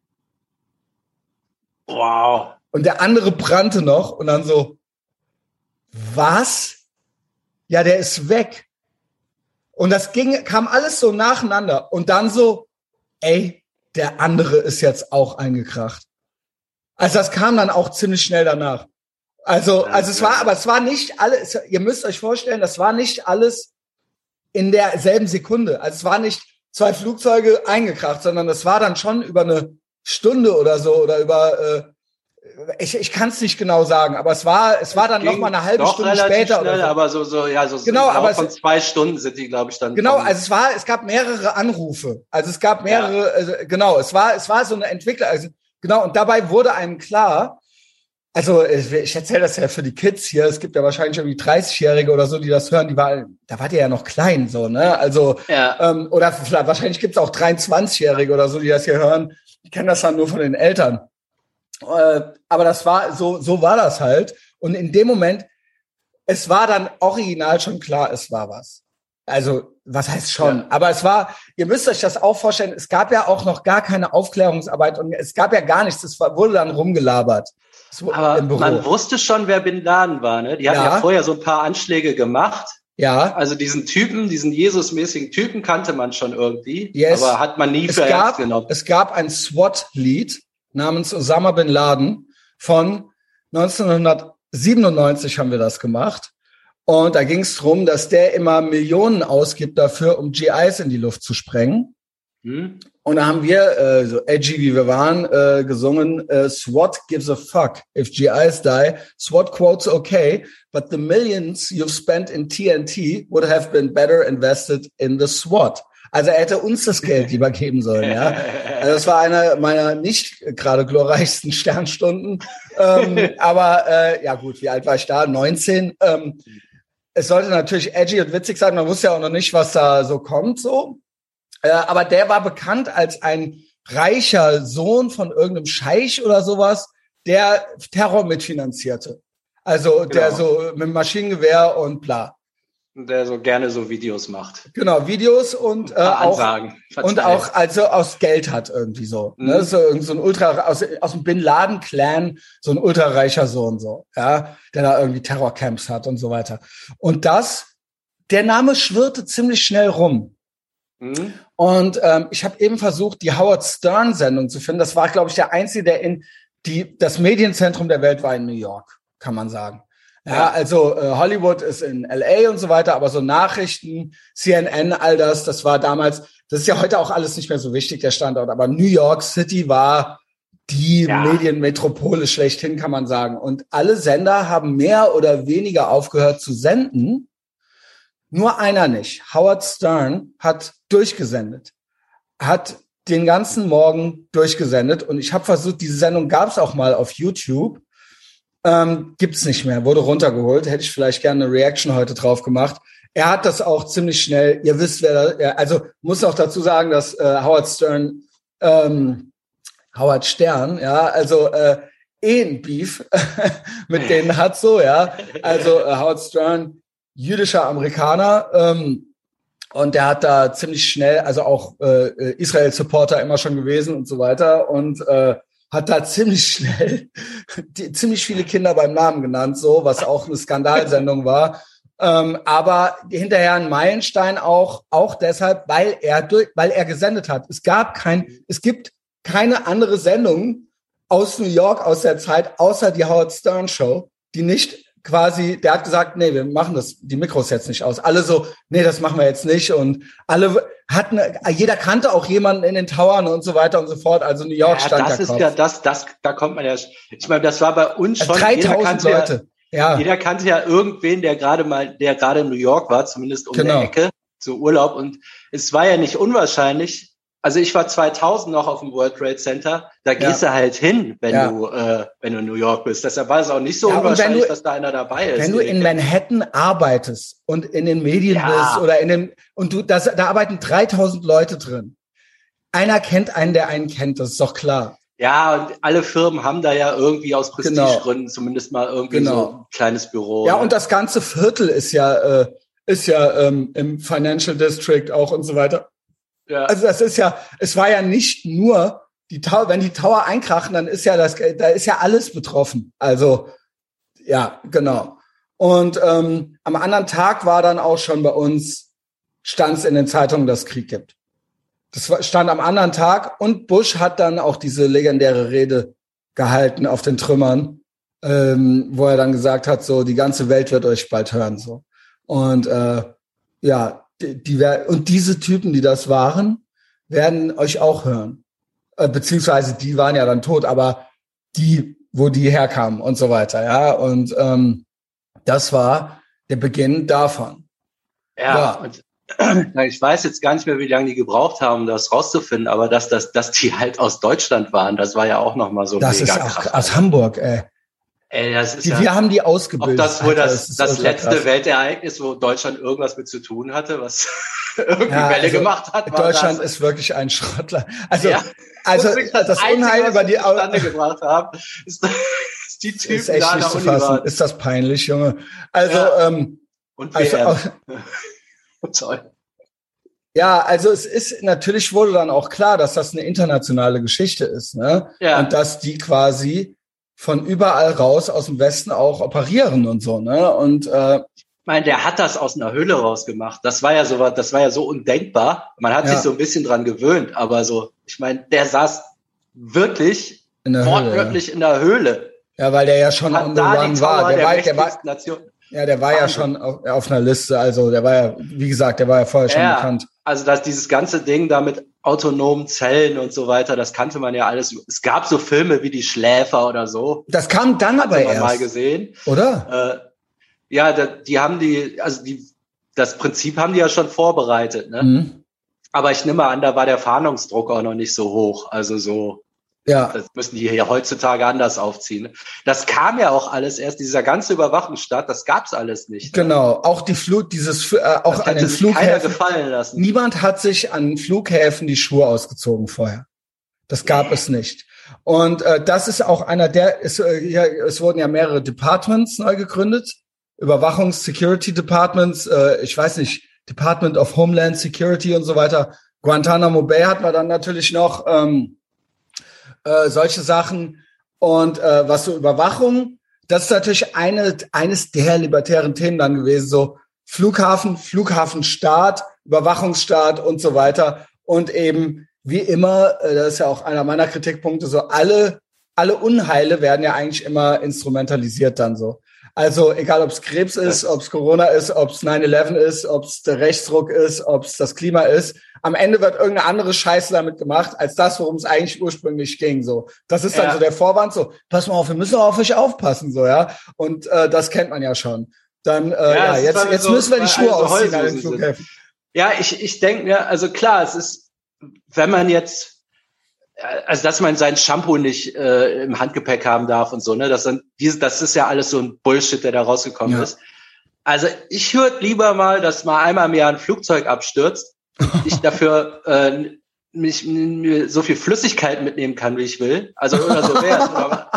Wow.
Und der andere brannte noch und dann so, was? Ja, der ist weg. Und das ging, kam alles so nacheinander. Und dann so, ey, der andere ist jetzt auch eingekracht. Also das kam dann auch ziemlich schnell danach. Also, also es war, aber es war nicht alles, ihr müsst euch vorstellen, das war nicht alles in derselben Sekunde. Also es war nicht zwei Flugzeuge eingekracht, sondern das war dann schon über eine Stunde oder so oder über, äh, ich, ich kann es nicht genau sagen, aber es war, es war dann noch mal eine halbe Stunde später
schnell,
oder so.
Aber so, so, ja, so
genau, aber
von
es,
zwei Stunden sind die, glaube ich, dann.
Genau, also es war, es gab mehrere Anrufe, also es gab mehrere, ja. also, genau, es war, es war so eine Entwickler, also genau. Und dabei wurde einem klar, also ich erzähle das ja für die Kids hier, es gibt ja wahrscheinlich irgendwie dreißig-Jährige oder so, die das hören, die war, da wart ihr ja noch klein, so, ne? Also,
Ja.
ähm, oder vielleicht, wahrscheinlich gibt es auch dreiundzwanzig-Jährige oder so, die das hier hören. Die kennen das dann nur von den Eltern. Äh, aber das war, so, so war das halt. Und in dem Moment, es war dann original schon klar, es war was. Also, was heißt schon? Ja. Aber es war, ihr müsst euch das auch vorstellen, es gab ja auch noch gar keine Aufklärungsarbeit und es gab ja gar nichts, es wurde dann rumgelabert.
Aber man wusste schon, wer Bin Laden war, ne? Die hatten ja. ja vorher so ein paar Anschläge gemacht.
Ja.
Also diesen Typen, diesen Jesus-mäßigen Typen kannte man schon irgendwie,
yes.
aber hat man nie
es
für
gab,
ernst genommen.
Es gab ein SWAT-Lied namens Osama Bin Laden von neunzehnhundertsiebenundneunzig haben wir das gemacht. Und da ging es darum, dass der immer Millionen ausgibt dafür, um G Is in die Luft zu sprengen. Hm. Und da haben wir, äh, so edgy wie wir waren, äh, gesungen, äh, SWAT gives a fuck if G Is die. SWAT quotes okay, but the millions you've spent in T N T would have been better invested in the SWAT. Also er hätte uns das Geld lieber geben sollen, ja. Also das war eine meiner nicht gerade glorreichsten Sternstunden. ähm, aber äh, ja gut, wie alt war ich da? neunzehn. Ähm, es sollte natürlich edgy und witzig sein. Man wusste ja auch noch nicht, was da so kommt, so. Äh, aber der war bekannt als ein reicher Sohn von irgendeinem Scheich oder sowas, der Terror mitfinanzierte. Also genau. Der so mit dem Maschinengewehr und bla.
Der so gerne so Videos macht.
Genau, Videos und äh, auch und auch also aus Geld hat irgendwie so. Mhm. Ne? So, so ein ultra aus, aus dem Bin Laden Clan, so ein ultrareicher Sohn so, ja, der da irgendwie Terrorcamps hat und so weiter. Und das, der Name schwirrte ziemlich schnell rum. Mhm. Und ähm, ich habe eben versucht, die Howard Stern Sendung zu finden. Das war, glaube ich, der einzige, der in die das Medienzentrum der Welt war in New York, kann man sagen. Ja, also äh, Hollywood ist in L A und so weiter, aber so Nachrichten, C N N, all das, das war damals, das ist ja heute auch alles nicht mehr so wichtig, der Standort, aber New York City war die ja. Medienmetropole schlechthin, kann man sagen. Und alle Sender haben mehr oder weniger aufgehört zu senden, nur einer nicht. Howard Stern hat durchgesendet, hat den ganzen Morgen durchgesendet und ich habe versucht, diese Sendung gab es auch mal auf YouTube. Ähm, gibt's nicht mehr, wurde runtergeholt. Hätte ich vielleicht gerne eine Reaction heute drauf gemacht. Er hat das auch ziemlich schnell, ihr wisst, wer da, also muss auch dazu sagen, dass äh, Howard Stern, ähm, Howard Stern, ja, also äh, eh ein Beef mit denen hat so, ja. Also äh, Howard Stern, jüdischer Amerikaner, ähm, und der hat da ziemlich schnell, also auch äh, Israel-Supporter immer schon gewesen und so weiter und äh, hat da ziemlich schnell die, ziemlich viele Kinder beim Namen genannt, so, was auch eine Skandalsendung war. Ähm, aber hinterher ein Meilenstein auch, auch deshalb, weil er durch, weil er gesendet hat. Es gab kein, es gibt keine andere Sendung aus New York aus der Zeit, außer die Howard Stern Show, die nicht quasi, der hat gesagt, nee, wir machen das, die Mikros jetzt nicht aus. Alle so, nee, das machen wir jetzt nicht. Und alle hatten, jeder kannte auch jemanden in den Towern und so weiter und so fort. Also New York ja, stand
das
der
ist
Kopf.
ja das, das, da kommt man ja, ich meine, das war bei uns schon.
dreitausend Leute.
Ja, ja. Jeder kannte ja irgendwen, der gerade mal, der gerade in New York war, zumindest um
genau.
der Ecke, zu Urlaub. Und es war ja nicht unwahrscheinlich. Also ich war zweitausend noch auf dem World Trade Center. Da gehst ja. du halt hin, wenn ja. du äh, wenn du in New York bist. Deshalb war es auch nicht so ja, unwahrscheinlich, du, dass da einer dabei ist.
Wenn du in Manhattan arbeitest und in den Medien ja. bist oder in dem und du das, da arbeiten dreitausend Leute drin. Einer kennt einen, der einen kennt. Das ist doch klar.
Ja, und alle Firmen haben da ja irgendwie aus Prestigegründen
genau.
zumindest mal irgendwie
genau.
so ein kleines Büro.
Ja,
ne?
Und das ganze Viertel ist ja äh, ist ja ähm, im Financial District auch und so weiter. Ja. Also das ist ja, es war ja nicht nur die Tower, wenn die Tower einkrachen, dann ist ja das, da ist ja alles betroffen. Also ja, genau. Und ähm, am anderen Tag war dann auch schon bei uns, stand es in den Zeitungen, dass es Krieg gibt. Das war, stand am anderen Tag und Bush hat dann auch diese legendäre Rede gehalten auf den Trümmern, ähm, wo er dann gesagt hat, so die ganze Welt wird euch bald hören, so. Und äh, ja. Die, die, und diese Typen, die das waren, werden euch auch hören. Äh, beziehungsweise die waren ja dann tot, aber die, wo die herkamen und so weiter, ja. Und ähm, das war der Beginn davon.
Ja, ja. Und ich weiß jetzt gar nicht mehr, wie lange die gebraucht haben, um das rauszufinden, aber dass, dass, dass die halt aus Deutschland waren, das war ja auch nochmal so
das mega krass. Das ist auch aus Hamburg, ey.
Ey, das ist
die,
ja,
wir haben die ausgebildet.
Ob das wohl
Alter,
das,
das,
das letzte
krass.
Weltereignis, wo Deutschland irgendwas mit zu tun hatte, was irgendwie
ja,
Welle
also
gemacht hat. War
Deutschland
das.
ist wirklich ein Schrottler. Also,
ja,
also
das,
das
Einzige,
Unheil über die
zustande gebracht haben, ist, ist die Typen
ist echt
da
nicht
an
zu
der Uni
fassen.
waren.
Ist das peinlich, Junge? Also,
ja.
ähm,
und
also, auch,
Toll.
Ja, also es ist, natürlich wurde dann auch klar, dass das eine internationale Geschichte ist, ne?
Ja.
Und dass die quasi von überall raus aus dem Westen auch operieren und so, ne? Und äh,
ich meine, der hat das aus einer Höhle rausgemacht. Das war ja so was, das war ja so undenkbar. Man hat ja. sich so ein bisschen dran gewöhnt, aber so, ich meine, der saß wirklich
in der
wortwörtlich
Höhle, ja.
in der Höhle.
Ja, weil der ja schon on the run war. Der, der war, der war
Nation.
Ja, der war ja schon auf, auf einer Liste, also der war ja, wie gesagt, der war ja vorher schon
ja,
bekannt.
Also dass dieses ganze Ding da mit autonomen Zellen und so weiter, das kannte man ja alles. Es gab so Filme wie Die Schläfer oder so.
Das kam dann aber erst.
Mal gesehen.
Oder?
Äh, ja, da, die haben die, also die, das Prinzip haben die ja schon vorbereitet, ne? Mhm. Aber ich nehme an, da war der Fahndungsdruck auch noch nicht so hoch, also so.
Ja.
Das müssen die hier heutzutage anders aufziehen. Das kam ja auch alles erst, dieser ganze Überwachungsstaat, das gab's alles nicht.
Ne? Genau, auch die Flut, dieses, äh, auch
das
an den
sich
Flughäfen.
Keiner gefallen lassen.
Niemand hat sich an Flughäfen die Schuhe ausgezogen vorher. Das gab nee. es nicht. Und äh, das ist auch einer der, ist, äh, ja, es wurden ja mehrere Departments neu gegründet. Überwachungs-, Security Departments, äh, ich weiß nicht, Department of Homeland Security und so weiter. Guantanamo Bay hatten wir dann natürlich noch, ähm, Äh, solche Sachen und äh, was so Überwachung, das ist natürlich eine eines der libertären Themen dann gewesen, so Flughafen, Flughafenstaat, Überwachungsstaat und so weiter und eben wie immer, äh, das ist ja auch einer meiner Kritikpunkte, so alle alle Unheile werden ja eigentlich immer instrumentalisiert dann so. Also egal, ob es Krebs ist, ob es Corona ist, ob es nine eleven ist, ob es der Rechtsruck ist, ob es das Klima ist. Am Ende wird irgendeine andere Scheiße damit gemacht, als das, worum es eigentlich ursprünglich ging. So, das ist dann ja. so der Vorwand. So, pass mal auf, wir müssen auf euch aufpassen. So, ja. Und äh, das kennt man ja schon. Dann, äh, ja, ja jetzt, jetzt so, müssen wir die Schuhe also ausziehen an den Flughäfen.
Ja, ich ich denke mir, also klar, es ist, wenn man jetzt also dass man sein Shampoo nicht äh, im Handgepäck haben darf und so, ne, das dann diese, das ist ja alles so ein Bullshit, der da rausgekommen ja. ist. Also ich würde lieber mal, dass mal einmal im Jahr ein Flugzeug abstürzt, ich dafür äh, mich mir so viel Flüssigkeit mitnehmen kann, wie ich will. Also oder so wert.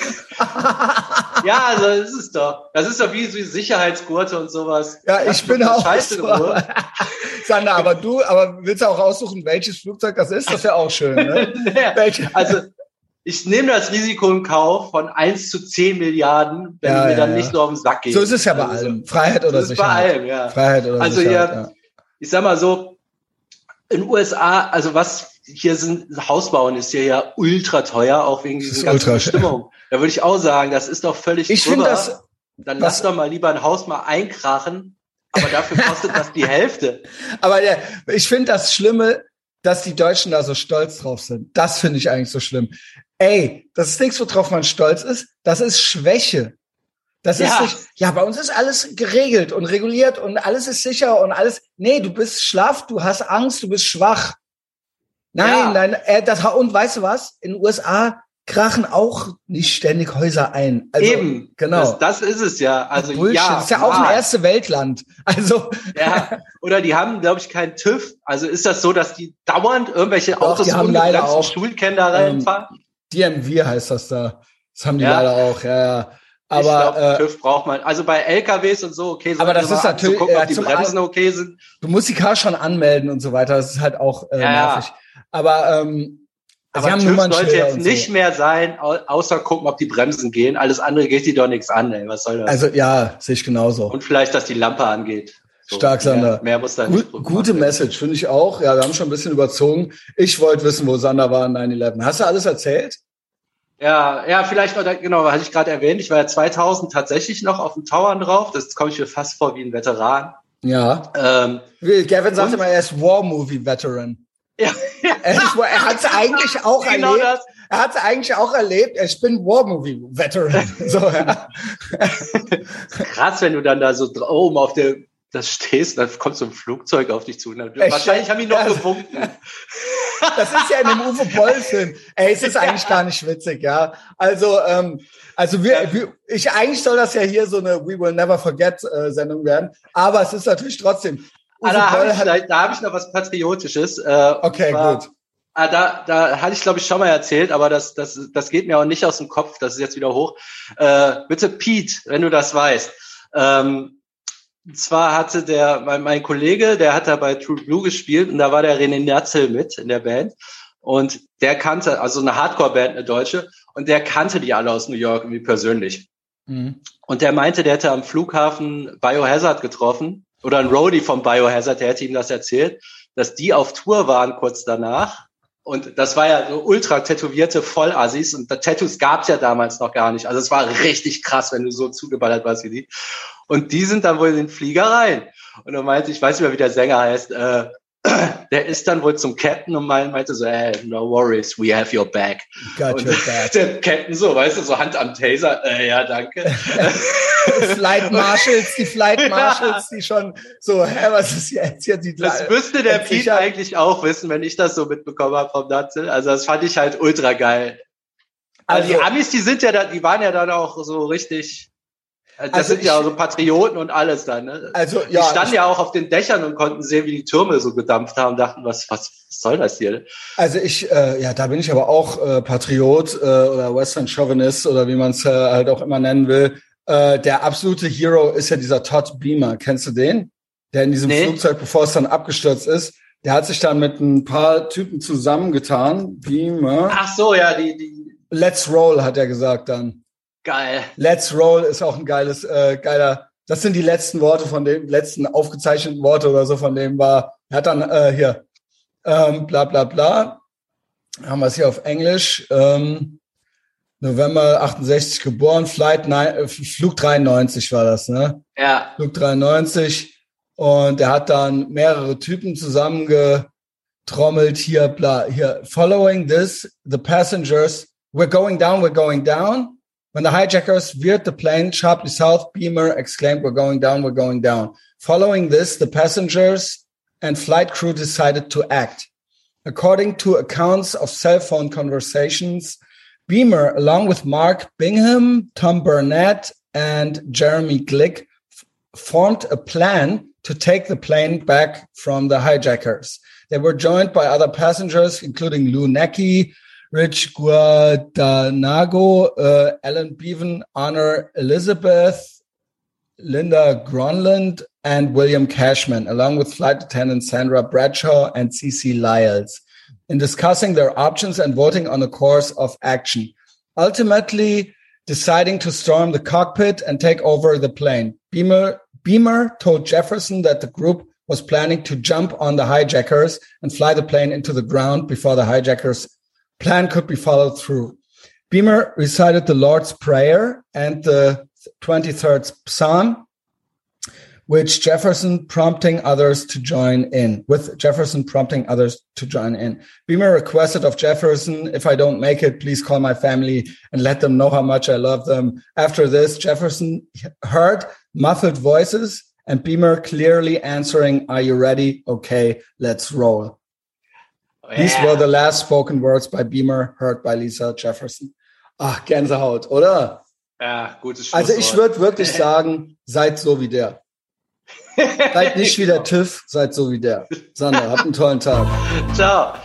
Ja, also das ist doch, das ist doch wie so Sicherheitsgurte und sowas.
Ja, ich das bin auch Scheiße so. Sander, aber du, aber willst du auch aussuchen, welches Flugzeug das ist? Das wäre auch schön, ne?
Ja, also ich nehme das Risiko in Kauf von eins zu zehn Milliarden, wenn
ja,
mir
ja,
dann
ja.
nicht nur auf den Sack geht.
So ist es ja bei also, allem. Freiheit oder
so
Sicherheit.
Bei allem, ja.
Freiheit oder
also
Sicherheit.
Hier,
ja.
Ich sag mal so, in den U S A, also was hier sind, Hausbauen ist hier ja ultra teuer, auch wegen dieser ganzen Bestimmung. Da würde ich auch sagen, das ist doch völlig
ich drüber. Das,
dann lass doch mal lieber ein Haus mal einkrachen, aber dafür kostet das die Hälfte.
Aber ja, ich finde das Schlimme, dass die Deutschen da so stolz drauf sind. Das finde ich eigentlich so schlimm. Ey, das ist nichts, worauf man stolz ist. Das ist Schwäche. Das ja. ist nicht, ja, bei uns ist alles geregelt und reguliert und alles ist sicher und alles. Nee, du bist schlaff, du hast Angst, du bist schwach. Nein, ja. nein, äh, das, und weißt du was? In den U S A krachen auch nicht ständig Häuser ein. Also,
eben,
genau.
Das, das ist es ja. Also
Bullshit.
ja,
das ist ja auch ein erste Weltland. Also
ja, oder die haben, glaube ich, keinen TÜV. Also ist das so, dass die dauernd irgendwelche
Doch,
Autos
die haben leider auch
Schulkinder reinfahren?
Ähm, D M V heißt das da. Das haben die ja. leider auch. Ja, ja. Aber
ich glaub,
äh,
TÜV braucht man. Also bei L K Ws und so, okay. So
aber das ist natürlich,
gucken,
ja,
ob die Bremsen okay sind.
Du musst die Car schon anmelden und so weiter. Das ist halt auch äh,
ja,
nervig. Aber ähm,
aber
haben
TÜV sollte jetzt nicht
so.
mehr sein, außer gucken, ob die Bremsen gehen. Alles andere geht die doch nichts an, ey. Was soll das?
Also ja, sehe ich genauso.
Und vielleicht, dass die Lampe angeht. So,
Stark, Sander.
Mehr, mehr muss da
nicht. Gut, gute Message, finde ich auch. Ja, wir haben schon ein bisschen überzogen. Ich wollte wissen, wo Sander war an nine eleven. Hast du alles erzählt?
Ja, ja, vielleicht noch, genau, hatte ich gerade erwähnt. Ich war ja zweitausend tatsächlich noch auf dem Tauern drauf. Das komme ich mir fast vor wie ein Veteran.
Ja.
Ähm,
Gavin sagt immer, er ist War-Movie-Veteran.
Ja, ja.
Er, er hat es eigentlich auch
genau
erlebt.
Das.
Er hat es eigentlich auch erlebt. Ich bin War-Movie-Veteran. So, ja.
Krass, wenn du dann da so oben auf der da stehst, dann kommt so ein Flugzeug auf dich zu. Und dann, wahrscheinlich haben die noch
also,
gewunken.
Das ist ja in dem Uwe Boll-Film. Ey, es ist eigentlich gar nicht witzig, ja. Also, ähm, also wir, wir, ich eigentlich soll das ja hier so eine We Will Never Forget äh, Sendung werden, aber es ist natürlich trotzdem.
Ah, da habe ich, hat, da hab ich noch was Patriotisches. Äh,
okay, zwar, gut.
Ah, da, da hatte ich, glaube ich, schon mal erzählt, aber das, das, das geht mir auch nicht aus dem Kopf. Das ist jetzt wieder hoch. Äh, bitte, Pete, wenn du das weißt. Ähm, und zwar hatte der, mein, mein Kollege, der hat da bei True Blue gespielt und da war der René Nerzel mit in der Band. Und der kannte, also eine Hardcore-Band, eine deutsche, und der kannte die alle aus New York irgendwie persönlich. Mhm. Und der meinte, der hätte am Flughafen Biohazard getroffen, oder ein Roadie vom Biohazard, der hätte ihm das erzählt, dass die auf Tour waren kurz danach. Und das war ja so ultra tätowierte Vollassis und Tattoos gab's ja damals noch gar nicht. Also es war richtig krass, wenn du so zugeballert warst wie die. Und die sind dann wohl in den Flieger rein. Und er meinte, ich weiß nicht mehr, wie der Sänger heißt, äh, der ist dann wohl zum Captain und meinte so, hey, no worries, we have your back.
Got
und
your back.
Der Captain so, weißt du, so Hand am Taser, äh, ja, danke.
Flight Marshals, die Flight Marshals, die schon so, hä, was ist jetzt hier die...
Das müsste der Pete sicher eigentlich auch wissen, wenn ich das so mitbekommen habe vom Natzel. Also das fand ich halt ultra geil. Also, also die Amis, die sind ja da, die waren ja dann auch so richtig... Das also sind ich, ja so Patrioten und alles dann, ne? Also, ja. Die standen ich, ja auch auf den Dächern und konnten sehen, wie die Türme so gedampft haben, dachten, was, was soll das hier?
Also ich, äh, ja, da bin ich aber auch äh, Patriot äh, oder Western Chauvinist oder wie man es äh, halt auch immer nennen will. Äh, der absolute Hero ist ja dieser Todd Beamer. Kennst du den? Der in diesem nee. Flugzeug, bevor es dann abgestürzt ist, der hat sich dann mit ein paar Typen zusammengetan. Beamer.
Ach so, ja, die, die.
Let's roll, hat er gesagt dann.
Geil.
Let's roll ist auch ein geiles, äh, geiler, das sind die letzten Worte von dem, letzten aufgezeichneten Worte oder so von dem war, er hat dann, äh, hier, ähm, bla, bla, bla, haben wir es hier auf Englisch, ähm, November achtundsechzig geboren, Flight neun, äh, Flug dreiundneunzig war das, ne?
Ja.
Flug dreiundneunzig und er hat dann mehrere Typen zusammengetrommelt, hier, bla, hier, following this, the passengers, we're going down, we're going down. When the hijackers veered the plane sharply south, Beamer exclaimed, we're going down, we're going down. Following this, the passengers and flight crew decided to act. According to accounts of cell phone conversations, Beamer, along with Mark Bingham, Tom Burnett, and Jeremy Glick, f- formed a plan to take the plane back from the hijackers. They were joined by other passengers, including Lou Necki, Rich Guadanago, uh, Alan Bevan, Honor Elizabeth, Linda Gronland, and William Cashman, along with flight attendant Sandra Bradshaw and Cece Lyles, in discussing their options and voting on a course of action, ultimately deciding to storm the cockpit and take over the plane. Beamer, Beamer told Jefferson that the group was planning to jump on the hijackers and fly the plane into the ground before the hijackers' plan could be followed through. Beamer recited the Lord's Prayer and the twenty-third Psalm, which Jefferson prompting others to join in, with Jefferson prompting others to join in. Beamer requested of Jefferson, if I don't make it, please call my family and let them know how much I love them. After this, Jefferson heard muffled voices and Beamer clearly answering, are you ready? Okay, let's roll. Oh, yeah. These were the last spoken words by Beamer, heard by Lisa Jefferson. Ach, Gänsehaut, oder?
Ja, gutes Schlusswort.
Also ich würde wirklich sagen, seid so wie der. Seid nicht wie der TÜV, seid so wie der. Sander, habt einen tollen Tag.
Ciao.